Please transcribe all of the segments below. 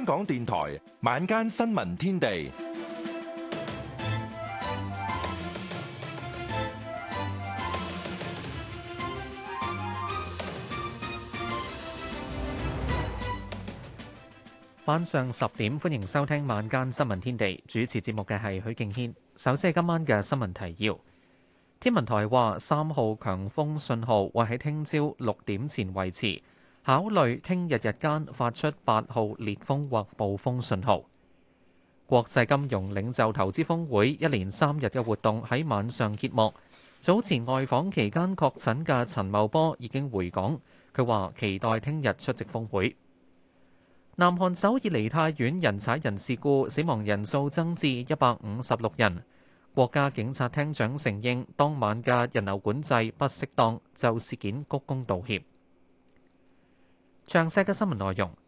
港電台晚間新聞天地。 晚上10點，歡迎收聽晚間新聞天地。主持節目嘅係許敬軒。首先係今晚嘅新聞提要。天文台話3號強風信號會喺聽朝6點前維持，考慮聽日日間發出8號烈風或暴風信號。國際金融領袖投資峰會一連3日嘅活動喺晚上揭幕。早前外訪期間確診嘅陳茂波已經回港，佢話期待聽日出席峰會。南韓首爾梨泰院人踩人事故，死亡人數增至156人。國家警察廳長承認當晚嘅人流管制不適當，就事件鞠躬道歉。詳細嘅新聞內容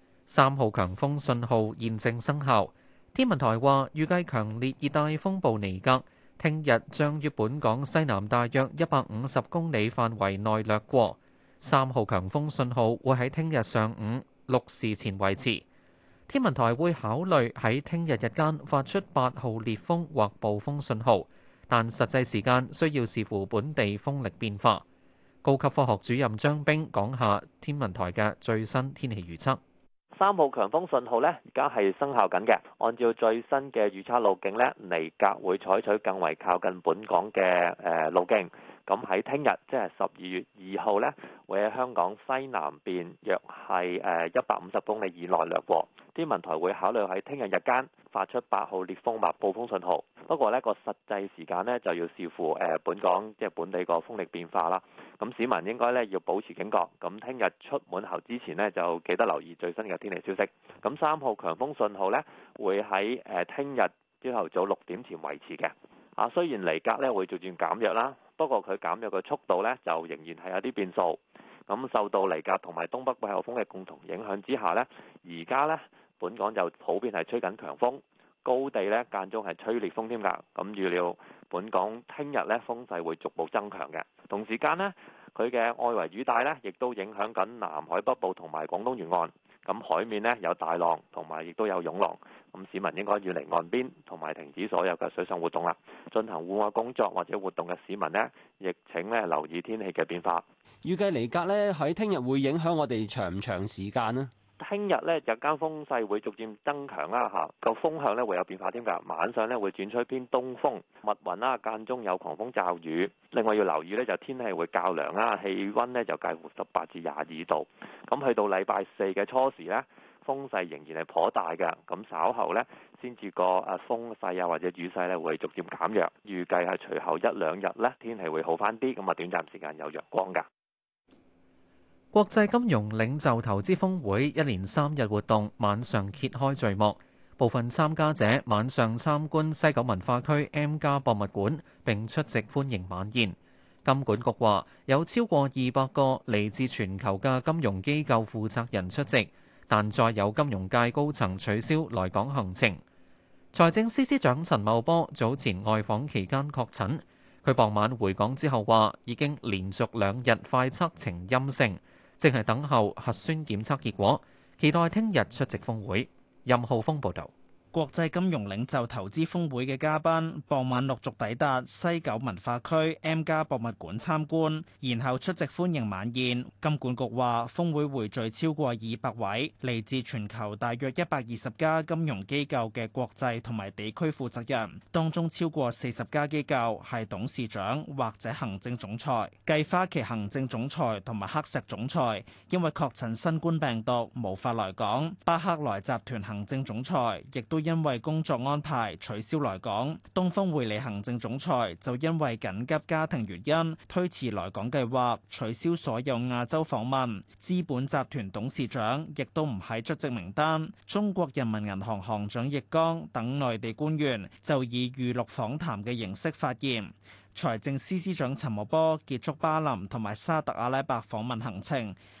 ，3號強風信號現正生效。天文台話預計強烈熱帶風暴尼格聽日將於本港西南大約150公里範圍內掠過。3號強風信號會喺聽日上午6時前維持，天文台會考慮喺聽日日間發出8號烈風或暴風信號，但實際時間需要視乎本地風力變化。高級科學主任張冰講下天文台嘅最新天氣預測。 3號強風信號呢，而家係生效緊嘅。按照最新嘅預測路徑呢，尼格會採取更為靠近本港嘅路徑。咁喺聽日，即係12月2號呢，會喺香港西南邊約係150公里以內掠過。天文台會考慮喺聽日日間發出8號烈風或暴風信號。不過呢個實際時間呢，就要視乎本港即係本地個風力變化啦。咁市民應該呢要保持警覺。咁聽日出門口之前呢，就記得留意最新嘅天氣消息。咁3號強風信號呢，會喺聽日朝頭早6點前維持嘅。雖然尼格呢會逐漸減弱啦，不過佢減弱嘅速度呢，就仍然係有啲變數。咁受到尼格同埋東北季候風嘅共同影響之下呢，而家呢本港就普遍係吹緊強風，高地呢間中係吹烈風添㗎。咁預料本港聽日呢風勢會逐步增強嘅。同時間呢，佢嘅外圍雨帶呢亦都影響緊南海北部同埋廣東沿岸。咁海面呢有大浪，同埋亦都有湧浪。咁市民應該遠離岸邊，同埋停止所有嘅水上活動啦。進行戶外工作或者活動嘅市民呢，亦請呢留意天氣嘅變化。 預計尼格呢喺聽日會影響我哋長唔長時間呢？ 聽日呢，日間風勢會逐漸增強啦，個風向呢會有變化添㗎。晚上呢會轉吹偏東風，密雲啦，間中有狂風驟雨。另外要留意呢，就天氣會較涼啦，氣温呢就介乎18至22度。咁去到禮拜4嘅初時呢，風勢仍然係頗大嘅。咁稍後呢，先至個風勢啊或者雨勢呢會逐漸減弱。預計係隨後1、2日呢，天氣會好翻啲，咁短暫時間有陽光㗎。 國際金融領袖投資峰會一連3日活動晚上揭開序幕，部分參加者晚上參觀西九文化區 M+ 博物館並出席歡迎晚宴。金管局話有超過200個嚟自全球嘅金融機構負責人出席，但再有金融界高層取消來港行程。財政司司長陳茂波早前外訪期間確診，佢傍晚回港之後話已經連續2日快測呈陰性，正係等候核酸檢測結果，期待聽日出席峰會。任浩峰報導。 國際金融領袖投資峰會嘅嘉賓傍晚陸續抵達西九文化區 M+ 博物館參觀，然後出席歡迎晚宴。金管局話，峰會匯聚超過200位嚟自全球大約120家金融機構嘅國際同埋地區負責人，當中超過40家機構係董事長或者行政總裁。繼花旗行政總裁同埋黑石總裁因為確診新冠病毒無法來港，巴克萊集團行政總裁亦都因為工作安排取消來港，東方匯理行政總裁就因為緊急家庭原因推遲來港計劃，取消所有亞洲訪問。資本集團董事長亦都唔喺出席名單。中國人民銀行行長易綱等內地官員就以預錄訪談嘅形式發言。財政司司長陳茂波結束巴林同埋沙特阿拉伯訪問行程，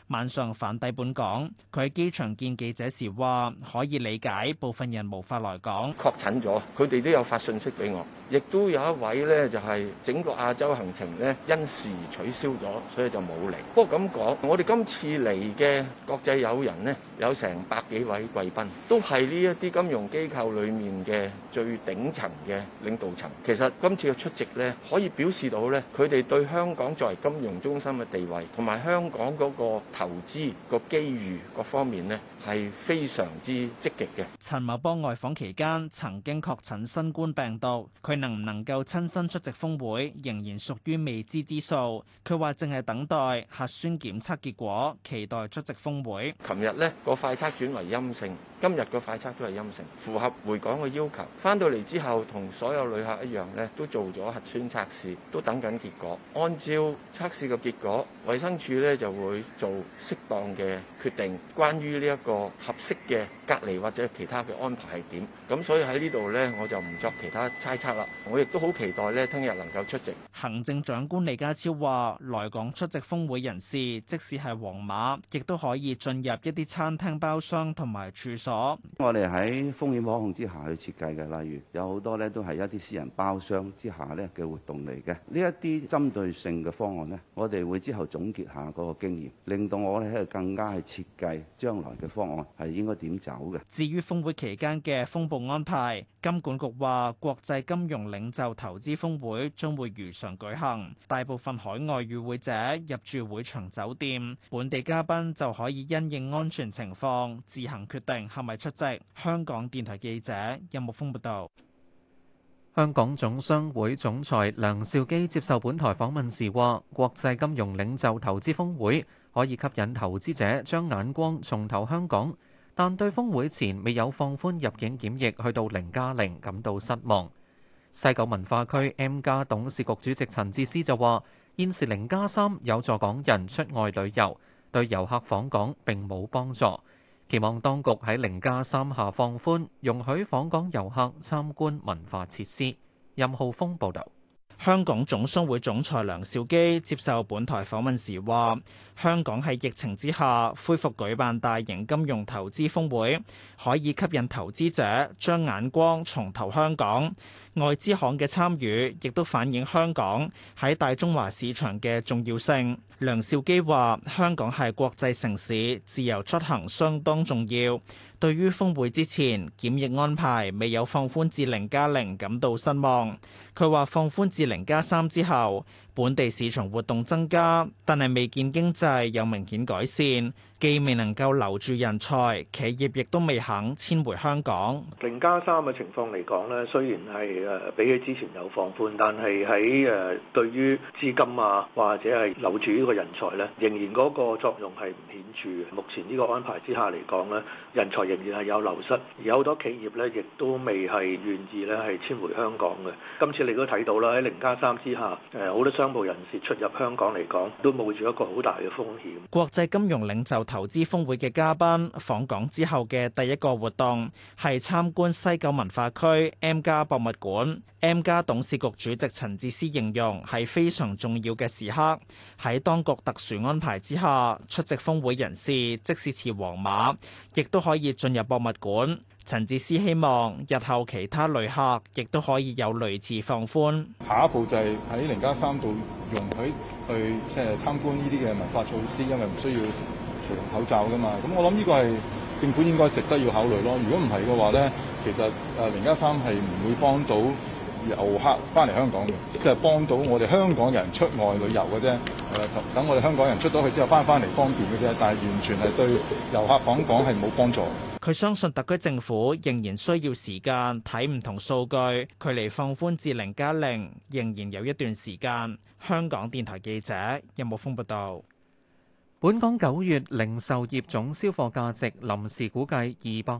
晚上返抵本港。佢喺機場見記者時話：可以理解部分人無法來港。 確診咗，佢哋都有發信息俾我，亦都有一位呢，就係整個亞洲行程呢，因事取消咗，所以就冇嚟。不過咁講，我哋今次嚟嘅國際友人呢，有成百幾位貴賓，都係呢一啲金融機構裡面嘅最頂層嘅領導層。其實今次嘅出席呢，可以表示到呢，佢哋對香港作為金融中心嘅地位，同埋香港嗰個投資個機遇各方面呢，係非常之積極嘅。 陳茂波外訪期間曾經確診新冠病毒，佢能唔能夠親身出席峰會，仍然屬於未知之數。佢話淨係等待核酸檢測結果，期待出席峰會。 琴日呢個快測轉為陰性，今日個快測都係陰性，符合回港嘅要求。翻到嚟之後，同所有旅客一樣呢，都做咗核酸測試，都等緊結果。按照測試嘅結果，衛生署呢就會做適當嘅決定，關於呢一個合適嘅隔離或者其他嘅安排係點。咁所以喺呢度呢，我就唔作其他猜測啦。我亦都好期待呢，聽日能夠出席。 行政長官李家超話：來港出席峰會人士，即使係黃碼，亦都可以進入一啲餐廳包廂同埋處所。 我哋喺風險可控之下去設計嘅，例如有好多呢都係一啲私人包廂之下呢嘅活動嚟嘅。呢一啲針對性嘅方案呢，我哋會之後總結下嗰個經驗，令到我哋喺度更加係設計將來嘅方案係應該點走嘅。 至於峰會期間嘅風暴安排，金管局話國際金融領袖投資峰會將會如常舉行，大部分海外與會者入住會場酒店，本地嘉賓就可以因應安全情況自行決定係咪出席。香港電台記者任木峰報道。 香港總商會總裁梁兆基接受本台訪問時話，國際金融領袖投資峰會可以吸引投資者將眼光重投香港，但對峰會前未有放寬入境檢疫去到0+0感到失望。西九文化區 M+ 董事局主席陳智思就話，現時0+3有助港人出外旅遊，對遊客訪港並冇幫助。期望當局喺0+3下放寬，容許訪港遊客參觀文化設施。任浩峰報導。 香港總商會總裁梁兆基接受本台訪問時話，香港喺疫情之下恢復舉辦大型金融投資峰會，可以吸引投資者將眼光重投香港。外資行嘅參與亦都反映香港喺大中華市場嘅重要性。梁兆基話，香港係國際城市，自由出行相當重要。對於峰會之前檢疫安排未有放寬至0+0感到失望。佢話放寬至0+3之後，本地市場活動增加，但係未見經濟有明顯改善，既未能夠留住人才，企業亦都未肯遷回香港。 0+3嘅情況嚟講咧，雖然係比起之前有放寬，但係喺對於資金啊或者係留住呢個人才咧，仍然嗰個作用係唔顯著嘅。目前呢個安排之下嚟講咧，人才仍然係有流失，而有好多企業咧亦都未係願意咧係遷回香港嘅。今次你都睇到啦，喺0+3之下，好多商務人士出入香港嚟講，都冒住一個好大嘅風險。 國際金融領袖投資峰會嘅嘉賓訪港之後嘅第一個活動係參觀西九文化區 M+ 博物館。M+ 董事局主席陳智思形容係非常重要嘅時刻，喺當局特殊安排之下，出席峰會人士即使持黃碼，亦都可以進入博物館。陳智思希望日後其他旅客亦都可以有類似放寬。 下一步就係喺0+3度容許去即係參觀呢啲嘅文化措施，因為唔需要除口罩㗎嘛。咁我諗呢個係政府應該值得要考慮咯。如果唔係嘅話咧，其實0+3係唔會幫到遊客翻嚟香港嘅，即係幫到我哋香港人出外旅遊嘅啫。等我哋香港人出到去之後翻嚟方便嘅啫，但係完全係對遊客訪港係冇幫助。 佢相信特區政府仍然需要時間睇唔同數據，距離放寬至0+0仍然有一段時間。香港電台記者任木峰報道。 本港9月零售業總銷貨價值臨時估計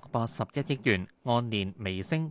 281億元，按年微升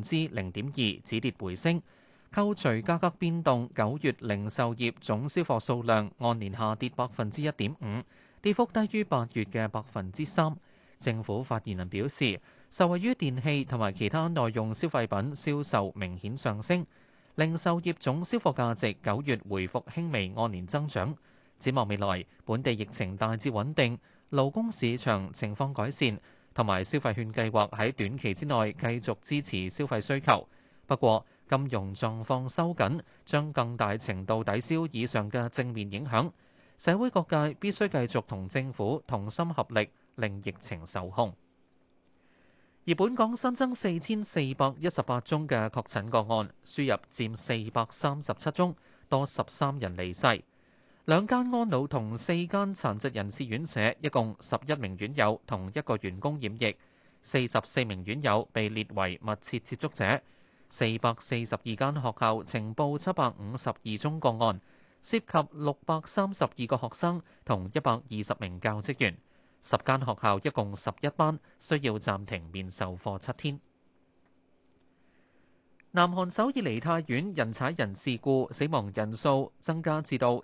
0.2%，止跌回升。扣除價格變動，9月零售業總銷貨數量按年下跌1.5%，跌幅低於8月嘅3%。政府發言人表示，受惠於電器同埋其他耐用消費品銷售明顯上升，零售業總銷貨價值9月回復輕微按年增長。 展望未來，本地疫情大致穩定，勞工市場情況改善，同埋消費券計劃喺短期之內繼續支持消費需求。不過，金融狀況收緊，將更大程度抵消以上嘅正面影響。社會各界必須繼續同政府同心合力，令疫情受控。而本港新增4418宗嘅確診個案，輸入佔437宗，多13人離世。2間安老同4間殘疾人士院舍，一共11名院友同1個員工染疫，44名院友被列為密切接觸者。442間學校呈報752宗個案，涉及632個學生同120名教職員。10間學校一共11班需要暫停面授課7天。南韓首爾梨泰院人踩人事故死亡人數增加至到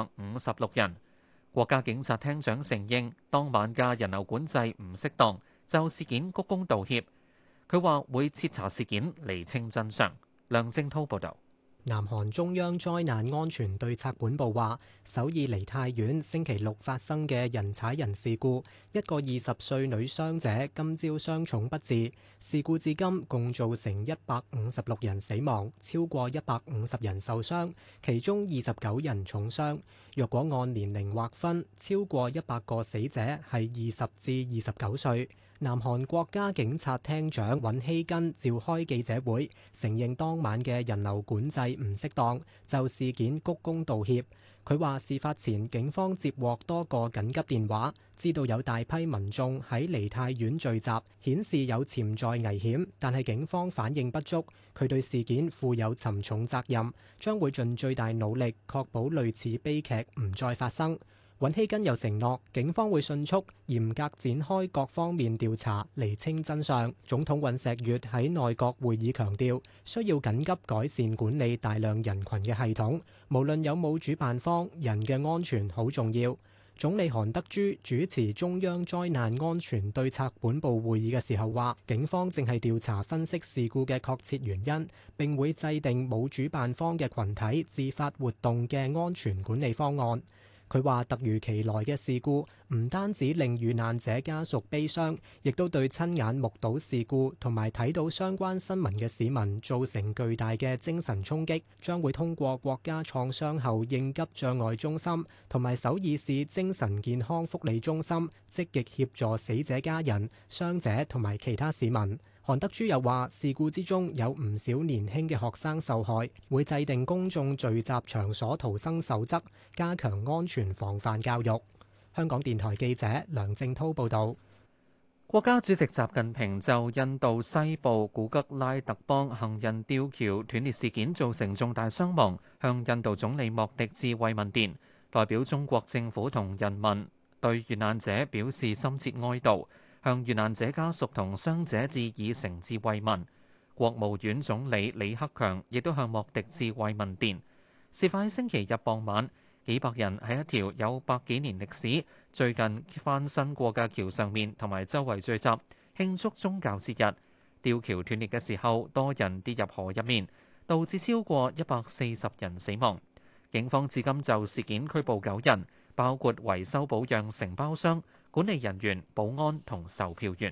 156人。國家警察廳長承認當晚嘅人流管制唔適當，就事件鞠躬道歉。佢話會徹查事件，釐清真相。梁正滔報導。 南韓中央災難安全對策本部話，首爾梨泰院星期六發生嘅人踩人事故，一個20歲女傷者今朝傷重不治。事故至今共造成156人死亡，超過150人受傷，其中29人重傷。若果按年齡劃分，超過100個死者係20至29歲。南韓國家警察廳長尹希根召開記者會，承認當晚嘅人流管制唔適當，就事件鞠躬道歉。佢話事發前警方接獲多個緊急電話，知道有大批民眾喺梨泰院聚集，顯示有潛在危險，但係警方反應不足。佢對事件負有沉重責任，將會盡最大努力確保類似悲劇唔再發生。尹希根又承諾，警方會迅速、嚴格展開各方面調查，釐清真相。總統尹錫悅喺內閣會議強調，需要緊急改善管理大量人群嘅系統，無論有冇主辦方，人嘅安全好重要。總理韓德珠主持中央災難安全對策本部會議嘅時候話，警方正係調查分析事故嘅確切原因，並會制定冇主辦方嘅群體自發活動嘅安全管理方案。佢話突如其來嘅事故唔單止令遇難者家屬悲傷，亦都對親眼目睹事故同埋睇到相關新聞嘅市民造成巨大嘅精神衝擊，將會通過國家創傷後應急障礙中心同埋首爾市精神健康福利中心積極協助死者家人、傷者同埋其他市民。韓德珠又話，事故之中有唔少年輕嘅學生受害，會制定公眾聚集場所逃生守則，加強安全防範教育。香港電台記者梁正滔報導。 國家主席習近平就印度西部古吉拉特邦行人吊橋斷裂事件造成重大傷亡，向印度總理莫迪致慰問電，代表中國政府同人民對遇難者表示深切哀悼，向遇難者家屬同傷者致以誠摯慰問。國務院總理李克強亦都向莫迪致慰問電。事發喺星期日傍晚，幾百人喺一條有百幾年歷史、最近翻新過嘅橋上面同埋周圍聚集，慶祝宗教節日。吊橋斷裂嘅時候，多人跌入河入面，導致超過140人死亡。警方至今就事件拘捕9人，包括維修保養承包商、管理人員、保安同售票員。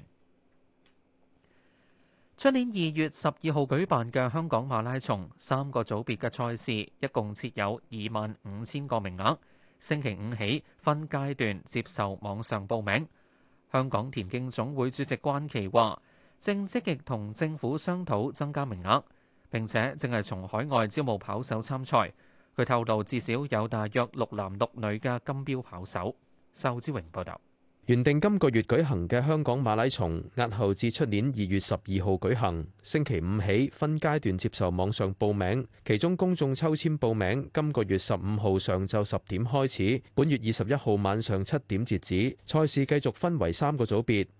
出年2月12號舉辦嘅香港馬拉松3個組別嘅賽事，一共設有25,000個名額。星期五起分階段接受網上報名。香港田徑總會主席關祺話，正積極同政府商討增加名額，並且正係從海外招募跑手參賽。佢透露至少有大約6男6女嘅金標跑手。仇之榮報導。 原定今個月舉行嘅香港馬拉松押後至出年2月12號舉行，星期五起分階段接受網上報名，其中公眾抽籤報名今個月15號上晝10點開始，本月21號晚上7點截止。賽事繼續分為3個組別，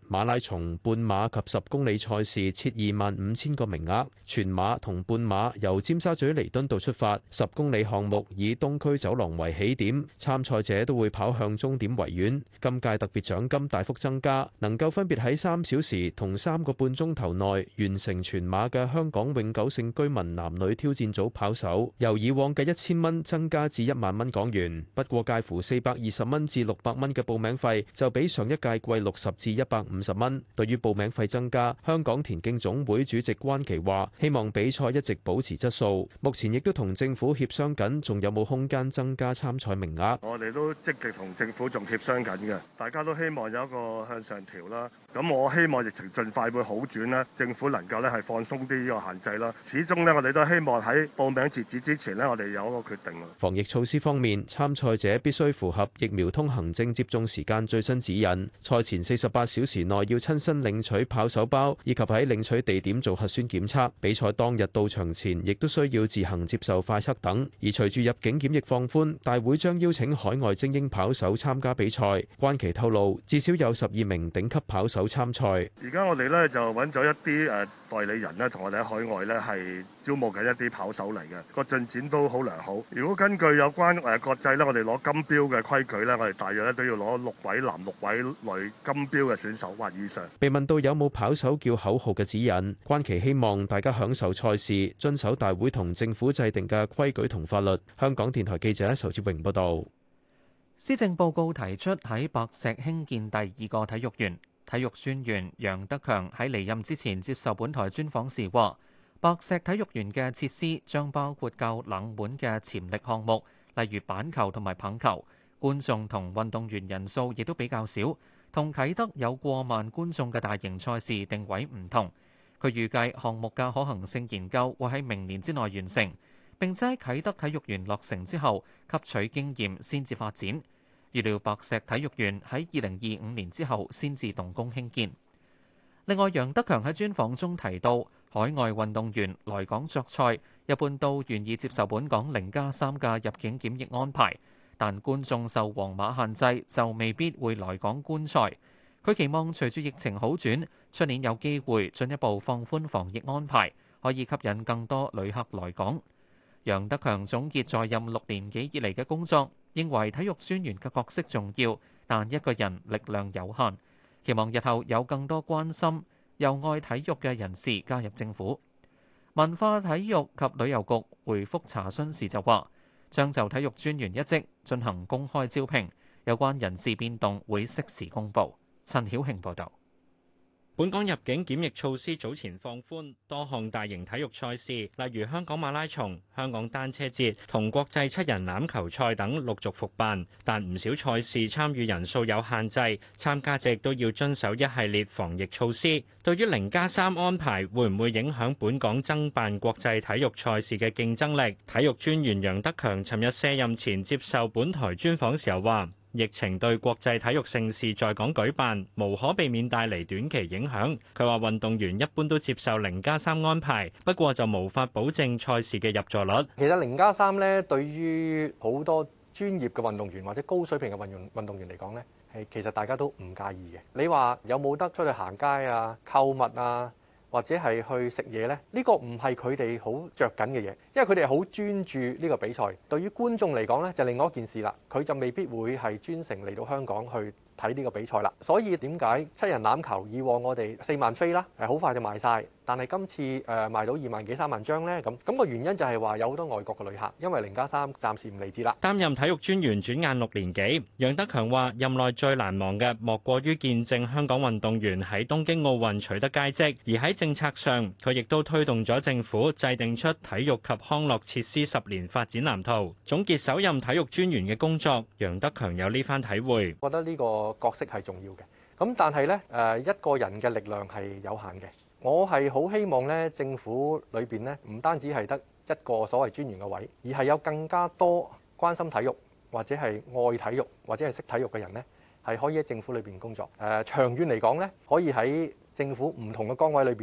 馬拉松、半馬及10公里賽事設25,000個名額，全馬同半馬由尖沙咀彌敦道出發，10公里項目以東區走廊為起點，參賽者都會跑向終點維園。今屆特別獎金大幅增加，能夠分別喺3小時同3個半鐘頭內完成全馬嘅香港永久性居民男女挑戰組跑手，由以往嘅1000蚊增加至1萬蚊港元。不過介乎420蚊至600蚊嘅報名費就比上一屆貴60至150蚊。對於報名費增加，香港田徑總會主席關琪話：希望比賽一直保持質素。目前亦都同政府協商緊，仲有冇空間增加參賽名額。 我哋都積極同政府仲協商緊嘅，大家都希望有一個向上調啦。咁我希望疫情盡快會好轉啦，政府能夠咧係放鬆啲呢個限制啦。始終呢，我哋都希望喺報名截止之前呢，我哋有一個決定。 防疫措施方面，參賽者必須符合疫苗通行證接種時間最新指引，賽前48小時內要親身領取跑手包，以及喺領取地點做核酸檢測。比賽當日到場前，亦都需要自行接受快測等。而隨住入境檢疫放寬，大會將邀請海外精英跑手參加比賽。關琪透露，至少有12名頂級跑手參賽。 而家我哋咧就揾咗一啲代理人咧，同我哋喺海外咧係招募緊一啲跑手嚟嘅，個進展都好良好。如果根據有關國際咧，我哋攞金標嘅規矩咧，我哋大約咧都要攞6位男6位女金標嘅選手或以上。 被問到有冇跑手叫口號嘅指引，關琪希望大家享受賽事，遵守大會同政府制定嘅規矩同法律。香港電台記者仇志榮報導。 施政報告提出喺白石興建第2個體育園。體育專員楊德強喺離任之前接受本台專訪時話，白石體育園嘅設施將包括較冷門嘅潛力項目，例如板球同埋棒球，觀眾同運動員人數亦都比較少，同啟德有過萬觀眾嘅大型賽事定位唔同。佢預計項目嘅可行性研究會喺明年之內完成，並且喺啟德體育園落成之後吸取經驗先至發展。預料白石體育園喺2025年之後先至動工興建。另外，楊德強喺專訪中提到，海外運動員來港作賽，一般都願意接受本港0+3嘅入境檢疫安排，但觀眾受黃碼限制就未必會來港觀賽。佢期望隨住疫情好轉，出年有機會進一步放寬防疫安排，可以吸引更多旅客來港。楊德強總結在任6年幾以嚟嘅工作，認為體育專員嘅角色重要，但一個人力量有限，期望日後有更多關心又愛體育嘅人士加入政府。文化體育及旅遊局回覆查詢時就話，將就體育專員一職進行公開招聘，有關人事變動會適時公佈。陳曉慶報導。 本港入境檢疫措施早前放寬，多項大型體育賽事，例如香港馬拉松、香港單車節同國際7人欖球賽等陸續復辦，但唔少賽事參與人數有限制，參加者亦都要遵守一系列防疫措施。對於0+3安排會唔會影響本港爭辦國際體育賽事嘅競爭力？體育專員楊德強尋日卸任前接受本台專訪時候話，疫情對國際體育盛事在港舉辦無可避免帶嚟短期影響。佢話運動員一般都接受0+3安排，不過就無法保證賽事嘅入座率。 其實0+3咧，對於好多專業嘅運動員或者高水平嘅運動員嚟講咧，係其實大家都唔介意嘅。你話有冇得出去行街啊、購物啊，或者係去食嘢呢？呢個唔係佢哋好着緊嘅嘢，因為佢哋好專注呢個比賽。對於觀眾嚟講呢，就另外一件事啦。佢就未必會係專程嚟到香港去睇呢個比賽啦。所以點解7人欖球以往我哋4萬飛啦，好快就賣晒，但係今次賣到2萬幾3萬張呢？咁個原因就係話有好多外國嘅旅客，因為0+3暫時唔嚟自啦。 擔任體育專員轉眼6年幾，楊德強話任內最難忘嘅莫過於見證香港運動員喺東京奧運取得佳績，而喺政策上，佢亦都推動咗政府制定出體育及康樂設施10年發展藍圖。總結首任體育專員嘅工作，楊德強有呢番體會。 覺得呢個角色係重要嘅，咁但係呢，一個人嘅力量係有限嘅。我係好希望呢，政府裏邊呢，唔單止係得一個所謂專員嘅位，而係有更加多關心體育或者係愛體育或者係識體育嘅人呢，係可以喺政府裏邊工作。長遠嚟講呢，可以喺政府唔同嘅崗位裏邊呢，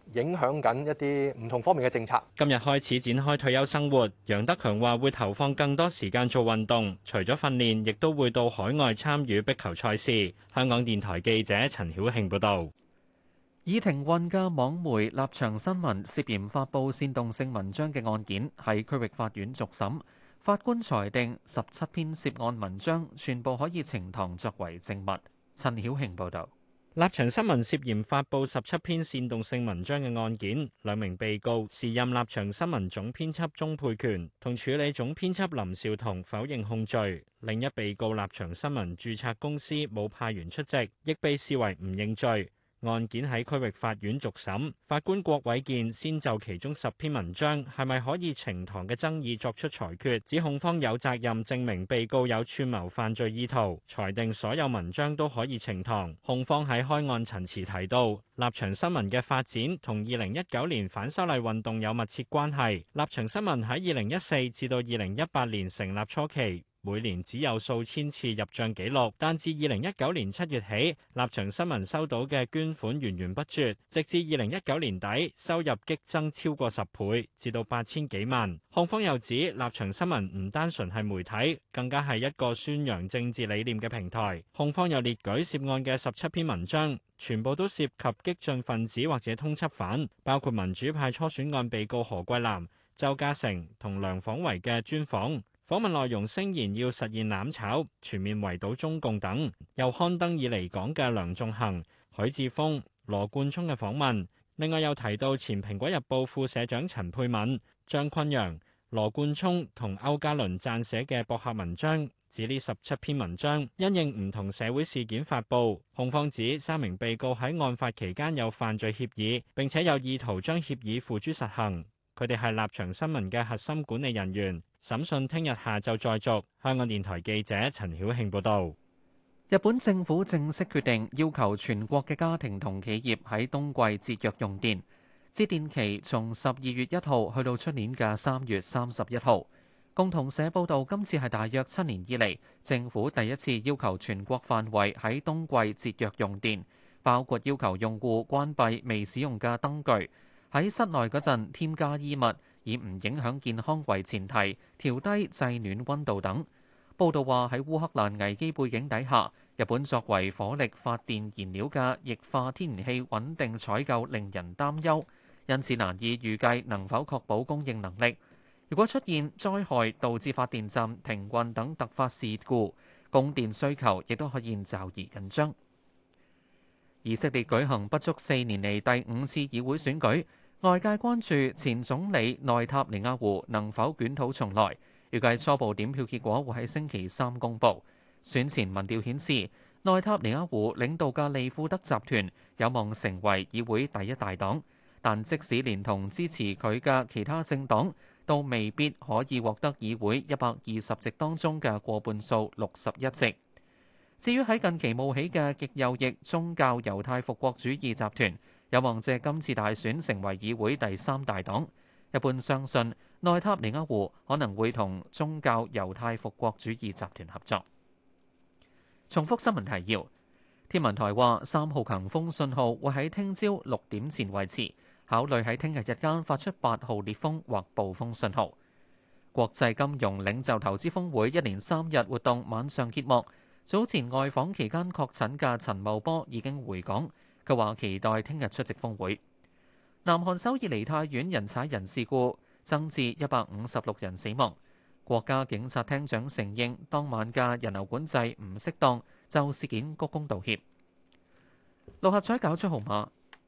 影響緊一啲唔同方面嘅政策。 今日開始展開退休生活，楊德強話會投放更多時間做運動，除咗訓練，亦都會到海外參與壁球賽事。香港電台記者陳曉慶報導。 已停運嘅網媒立場新聞涉嫌發布煽動性文章嘅案件喺區域法院續審，法官裁定17篇涉案文章全部可以呈堂作為證物。陳曉慶報導。 立場新聞涉嫌發布17篇煽動性文章嘅案件，兩名被告時任立場新聞總編輯鍾沛權同處理總編輯林紹桐否認控罪，另一被告立場新聞註冊公司冇派員出席，亦被視為唔認罪。案件喺區域法院續審，法官郭偉健先就其中10篇文章係咪可以呈堂嘅爭議作出裁決，指控方有責任證明被告有串謀犯罪意圖，裁定所有文章都可以呈堂。控方喺開案陳詞提到，立場新聞嘅發展同2019年反修例運動有密切關係。立場新聞喺2014至到2018年成立初期，每年只有數千次入帳記錄，但自2019年7月起，立場新聞收到嘅捐款源源不絕，直至2019年底，收入激增超過10倍，至到8000幾萬。控方又指，立場新聞唔單純係媒體，更加係一個宣揚政治理念嘅平台。控方又列舉涉案嘅17篇文章，全部都涉及激進分子或者通緝犯，包括民主派初選案被告何桂藍、鄒家成同梁晃維嘅專訪。訪問內容聲言要實現攬炒、全面圍堵中共等，又刊登以離港嘅梁頌恆、許智峰、羅冠聰嘅訪問。另外又提到前《蘋果日報》副社長陳沛敏、張崑陽、羅冠聰同歐嘉倫撰寫嘅博客文章，指呢17篇文章因應唔同社會事件發布。控方指3名被告喺案發期間有犯罪協議，並且有意圖將協議付諸實行。佢哋係立場新聞嘅核心管理人員。審訊聽日下晝再續。香港電台記者陳曉慶報導。 日本政府正式決定要求全國嘅家庭同企業喺冬季節約用電，節電期從12月1號去到出年嘅3月31號。共同社報導，今次係大約7年以嚟政府第一次要求全國範圍喺冬季節約用電，包括要求用戶關閉未使用嘅燈具，喺室內嗰陣添加衣物，以唔影響健康為前提，調低製暖溫度等。報道話喺烏克蘭危機背景底下，日本作為火力發電燃料嘅液化天然氣穩定採購令人擔憂，因此難以預計能否確保供應能力。如果出現災害導致發電站停運等突發事故，供電需求亦都可以驟然緊張。以色列舉行不足4年嚟第5次議會選舉。外界關注前總理內塔尼亞胡能否捲土重來，預計初步點票結果會喺星期3公佈。選前民調顯示，內塔尼亞胡領導嘅利庫德集團有望成為議會第一大黨，但即使連同支持佢嘅其他政黨，都未必可以獲得議會120席當中嘅過半數61席。至於喺近期冒起嘅極右翼宗教猶太復國主義集團，有望借今次大選成為議會第3大黨。一般相信內塔尼亞胡可能會同宗教猶太復國主義集團合作。重複新聞提要：天文台話3號強風信號會喺聽朝6點前維持，考慮喺聽日日間發出8號烈風或暴風信號。國際金融領袖投資峰會1連3日活動晚上揭幕，早前外訪期間確診嘅陳茂波已經回港。佢話期待聽日出席峰會。南韓首爾梨泰院人踩人事故增至156人死亡。國家警察廳長承認當晚嘅人流管制唔適當，就事件鞠躬道歉。六合彩攪出號碼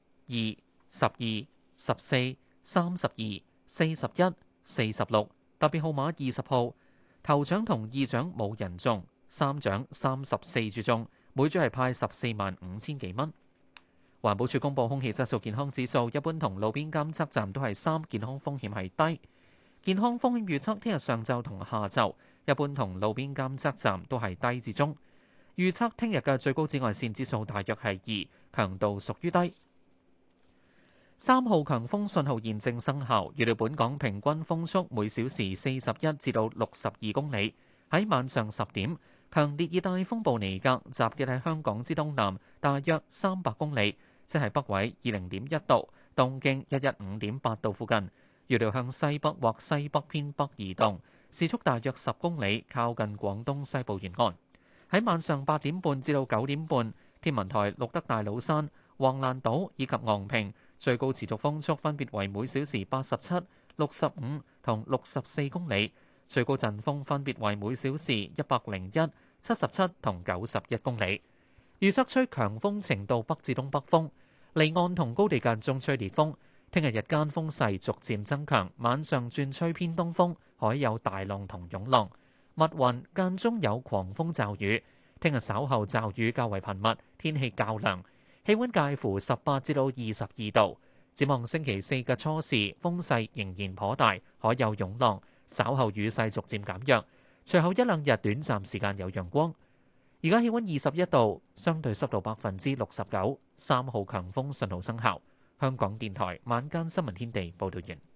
2、12、14、32、41、46，特別號碼20號。頭獎同二獎冇人中，三獎34注中，每注係派145000幾蚊。環保署公布空氣質素健康指數，一般同路邊監測站都係3，健康風險係低。健康風險預測聽日上晝同下晝，一般同路邊監測站都係低至中。預測聽日嘅最高紫外線指數大約係2，強度屬於低。3號強風信號現正生效，預料本港平均風速每小時41至到62公里。喺晚上10點，強烈熱帶風暴尼格集結喺香港之東南，大約300公里。即係北緯20.1度， 東經115.8度附近，預料向西北或西北偏北移動，時速大約10公里，靠近廣東西部沿岸。喺晚上8點半至到9點半，天文台錄得大老山、橫瀾島以及昂坪最高持續風速分別為每小時87、65同64公里，最高陣風分別為每小時101、77同91公里。預測吹強風程度北至東北風，離岸同高地間中吹烈風。聽日日間風勢逐漸增強，晚上轉吹偏東風，海有大浪同湧浪。密雲間中有狂風驟雨，聽日稍後驟雨較為頻密，天氣較涼，氣溫介乎18至到22度。展望星期4嘅初時，風勢仍然頗大，海有湧浪，稍後雨勢逐漸減弱，隨後一兩日短暫時間有陽光。而家氣溫21度，相對濕度69%，3號強風信號生效。香港電台晚間新聞天地報道完。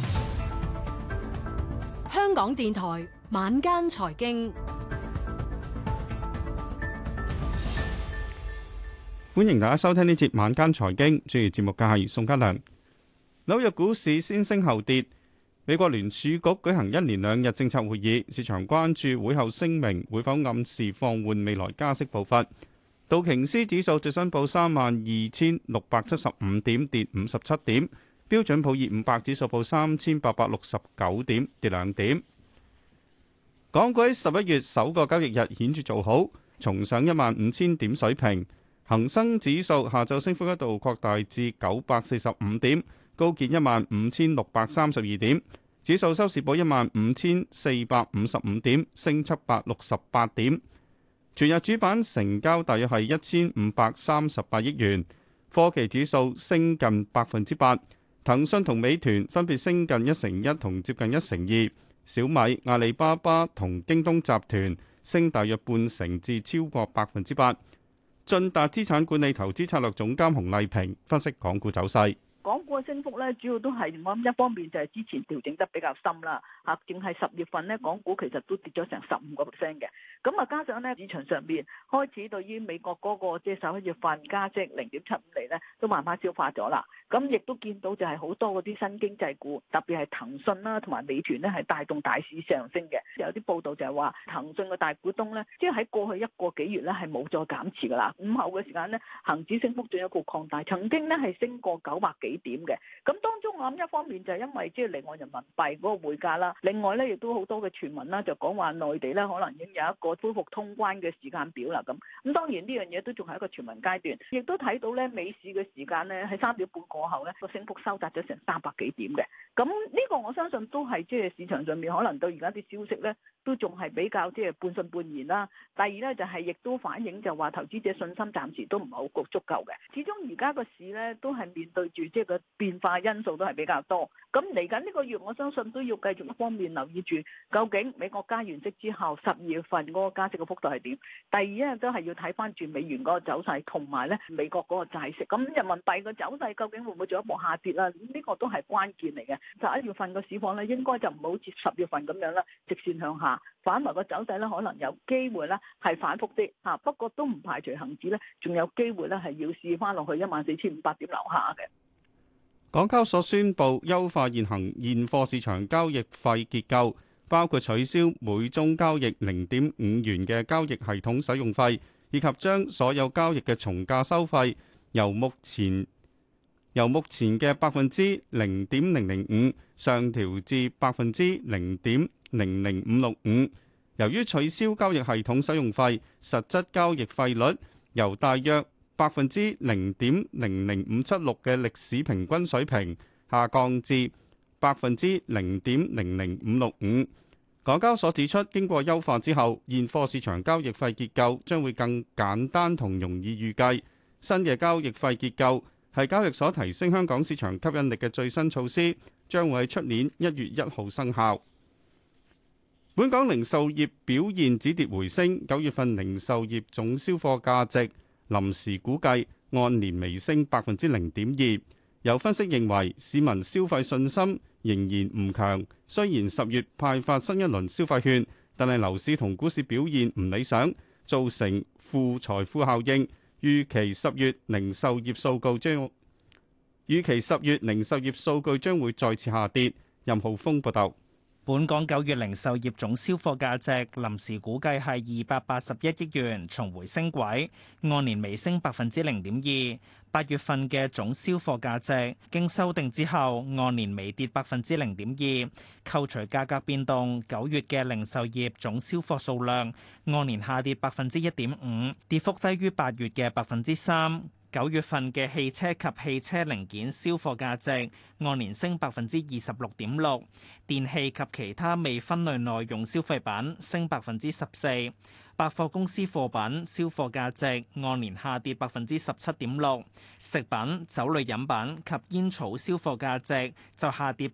香港電台晚間財經， 歡迎大家收聽呢節晚間財經。主持節目嘅係宋家良。紐約股市先升後跌。美國聯儲局舉行1連2日政策會議，市場關注會後聲明會否暗示放緩未來加息步伐。道瓊斯指數最新報32,675點，跌57點。標準普爾500指數報3,869點，跌2點。港股喺11月首個交易日顯著做好，重上15,000點水平。恒生指數下晝升幅一度擴大至945點，高見15,632點。指數收市報15,455點，升768點。全日主板成交大約係1,538億元。科技指數升近8%。騰訊同美團分別升近1%同接近1%，小米、阿里巴巴同京東集團升大約0.5%至超過8%。晉達資產管理投資策略總監洪麗萍分析港股走勢。 港股嘅升幅咧，主要都係我諗一方面就係之前調整得比較深啦，嚇，淨係10月份咧，港股其實都跌咗成15%嘅。咁啊，加上咧市場上邊開始對於美國嗰個即係11月份加息0.75厘咧，都慢慢消化咗啦。咁亦都見到就係好多嗰啲新經濟股，特別係騰訊啦同埋美團咧，係帶動大市上升嘅。有啲報道就係話騰訊嘅大股東咧，即係喺過去1個幾月咧係冇再減持噶啦。午後嘅時間咧，恆指升幅進一步擴大，曾經咧係升過900幾點嘅。咁當中我諗一方面就係因為即係離岸人民幣嗰個匯價啦，另外咧亦都好多嘅傳聞啦，就講話內地咧可能已經有一個恢復通關嘅時間表啦。咁當然呢樣嘢都仲係一個傳聞階段，亦都睇到咧美市嘅時間咧喺3點半過後咧個升幅收窄咗成300幾點嘅。咁呢個我相信都係即係市場上面可能對而家啲消息咧都仲係比較即係半信半疑啦。第二咧就係亦都反映就話投資者信心暫時都唔係好足夠嘅。始終而家個市咧都係面對住即係個變化因素都係比較多。咁嚟緊呢個月我相信都要繼續一方面留意住究竟美國加完息之後12月份嗰個加息嘅幅度係點。第二咧都係要睇翻住美元嗰個走勢同埋咧美國嗰個債息。咁人民幣嘅走勢究竟會唔會進一步下跌啦？呢個都係關鍵嚟嘅。11月份個市況咧應該就唔好似10月份咁樣啦，直線向下。反為個走勢咧可能有機會咧係反覆啲嚇，不過都唔排除恆指咧仲有機會咧係要試翻落去14,500點樓下嘅。 港交所宣布優化現行現貨市場交易費結構，包括取消每宗交易0.5元嘅交易系統使用費，以及將所有交易嘅從價收費由目前嘅0.005%上調至0.00565。由於取消交易系統使用費，實質交易費率由大約0.00576嘅歷史平均水平下降至0.00565。港交所指出，經過優化之後，現貨市場交易費結構將會更簡單同容易預計。新嘅交易費結構係交易所提升香港市場吸引力嘅最新措施，將會喺出年1月1號生效。本港零售業表現止跌回升，9月份零售業總銷貨價值臨時估計按年微升0.2%。有分析認為，市民消費信心仍然唔強。雖然10月派發新一輪消費券，但係樓市同股市表現唔理想，造成負財富效應。預期10月零售業數據預期10月零售業數據將會再次下跌。任浩峰報導。 本港9月零售業總銷貨價值臨時估計係281億元，重回升軌，按年微升0.2%。8月份嘅總銷貨價值經修訂之後，按年微跌0.2%。扣除價格變動，9月嘅零售業總銷貨數量按年下跌1.5%，跌幅低於8月嘅3%。9月份嘅汽車及汽車零件銷貨價值按年升26.6%，電器及其他未分類耐用消費品升14%，百貨公司貨品銷貨價值按年下跌17.6%，食品、酒類飲品及煙草銷貨價值就下跌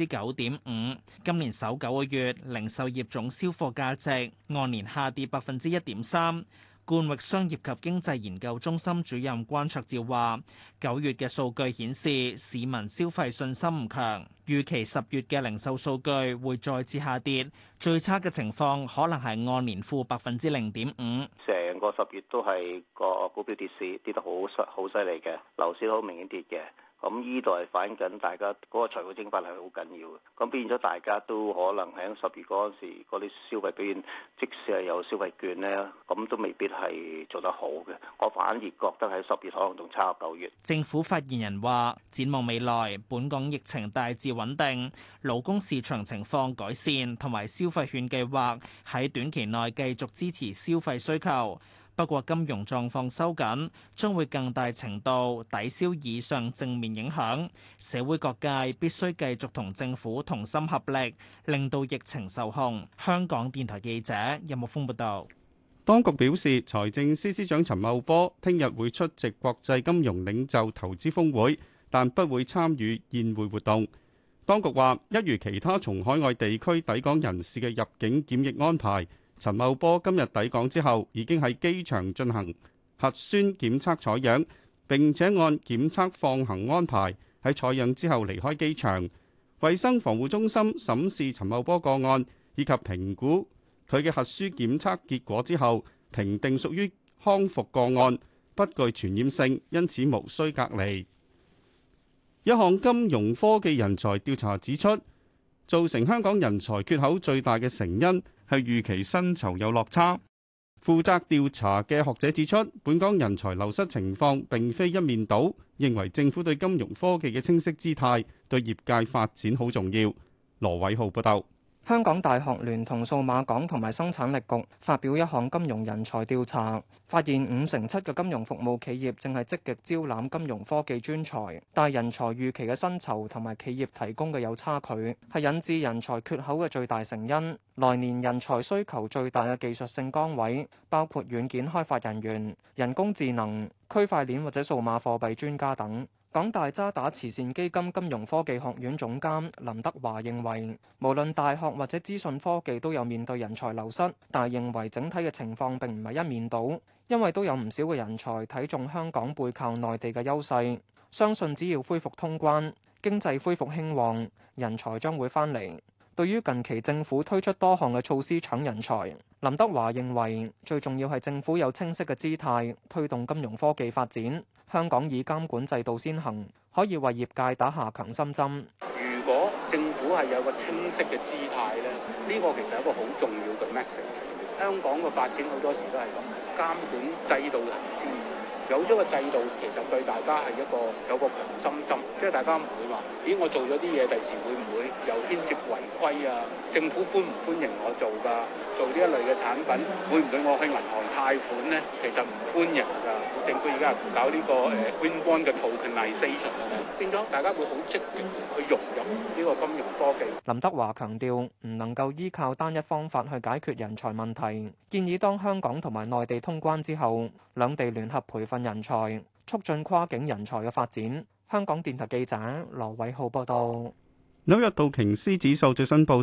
9.5%。今年首9個月零售業總銷貨價值按年下跌1.3%。冠域商業及經濟研究中心主任關卓照話：9月嘅數據顯示市民消費信心唔強，預期10月嘅零售數據會再次下跌，最差嘅情況可能係按年負0.5%。 成個10月都係個股票跌市，跌得好犀利嘅，樓市好明顯跌嘅。咁呢度係反映緊大家嗰個財富蒸發係好緊要嘅，咁變咗大家都可能喺10月嗰陣時嗰啲消費表現，即使係有消費券呢，咁都未必係做得好嘅。我反而覺得喺10月可能仲差過9月。 政府發言人話：展望未來，本港疫情大致穩定，勞工市場情況改善，同埋消費券計劃喺短期內繼續支持消費需求。不過金融狀況收緊，將會更大程度抵消以上正面影響。社會各界必須繼續同政府同心合力，令到疫情受控。香港電台記者任木峰報道。 當局表示，財政司司長陳茂波聽日會出席國際金融領袖投資峰會，但不會參與宴會活動。當局話，一如其他從海外地區抵港人士嘅入境檢疫安排，陳茂波今日抵港之後，已經喺機場進行核酸檢測採樣，並且按檢測放行安排喺採樣之後離開機場。衛生防護中心審視陳茂波個案以及評估佢嘅核酸檢測結果之後，評定屬於康復個案，不具傳染性，因此無需隔離。一項金融科技人才調查指出，造成香港人才缺口最大嘅成因係預期薪酬有落差。負責調查嘅學者指出，本港人才流失情況並非一面倒，認為政府對金融科技嘅清晰姿態對業界發展好重要。羅偉浩報道。 香港大學聯同數碼港同埋生產力局發表一項金融人才調查，發現57%嘅金融服務企業正係積極招攬金融科技專才，但人才預期嘅薪酬同埋企業提供嘅有差距，係引致人才缺口嘅最大成因。來年人才需求最大嘅技術性崗位包括軟件開發人員、人工智能、區塊鏈或者數碼貨幣專家等。港大渣打慈善基金金融科技學院總監林德華認為，無論大學或者資訊科技都有面對人才流失，但係認為整體嘅情況並唔係一面倒，因為都有唔少嘅人才睇中香港背靠內地嘅優勢，相信只要恢復通關，經濟恢復興旺，人才將會返嚟。對於近期政府推出多項嘅措施搶人才，林德華認為最重要係政府有清晰嘅姿態推動金融科技發展。香港以監管制度先行，可以為業界打下強心針。 如果政府係有個清晰嘅姿態咧，呢個其實係一個好重要嘅 message。香港嘅發展好多時都係咁，監管制度行先。有咗個制度，其實對大家係有個強心針，即係大家唔會話：咦，我做咗啲嘢，第時會唔會又牽涉違規啊？政府歡唔歡迎我做㗎？做呢一類嘅產品，會唔會我去銀行貸款呢？其實唔歡迎㗎。政府而家搞呢個green bond嘅 tokenization，變咗大家會好積極去融入呢個金融科技。 林德華強調，唔能夠依靠單一方法去解決人才問題，建議當香港同埋內地通關之後，兩地聯合培訓人才，促進跨境人才嘅發展。香港電台記者羅偉浩報道。 紐約道瓊斯指數最新報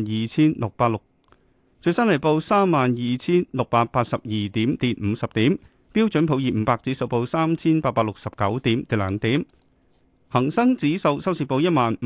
32,606，最新嚟報32,682點，跌50點。標準普爾500指數報3,869點，跌2點。恒生指數收市報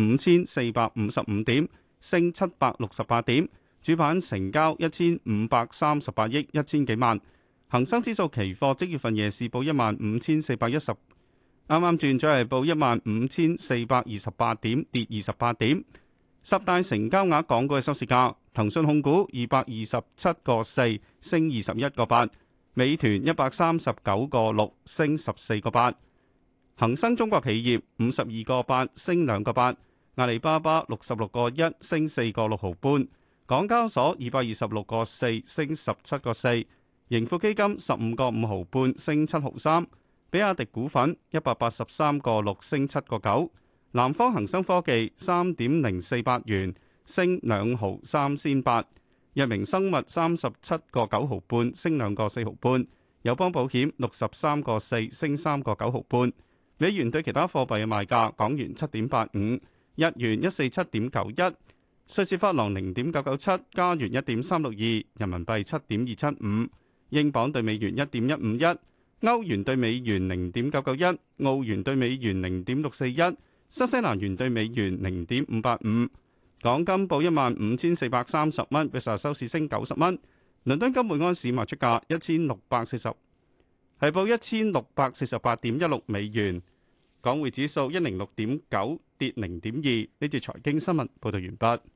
15,455點，升768點。主板成交1,538億1千幾萬。恒生指數期貨即月份夜市報啱啱轉咗係報15,428點，跌28點。十大成交額港股嘅收市價，騰訊控股227.4升21.8，美團139.6升14.8，恒生中國企業52.8升2.8，阿里巴巴66.1升4.6毫半，港交所226.4升17.4，盈富基金15.5毫半升7毫3，比亞迪股份183.6升7.9。南方恒生科技3.048元升2毫3仙8，藥明生物37.9毫半升2.4毫半，友邦保險63.4升3.9毫半。美元對其他貨幣嘅賣價：港元7.85，日元147.91，瑞士法郎0.997，加元1.362，人民幣7.275，英鎊對美元1.151，歐元對美元0.991，澳元對美元0.641。新西蘭元對美元0.585，港金報15,430蚊，比上日收市升90蚊。倫敦金每安士賣出價1640，係報1648.16美元。港匯指數106.9跌0.2。呢節財經新聞報道完畢。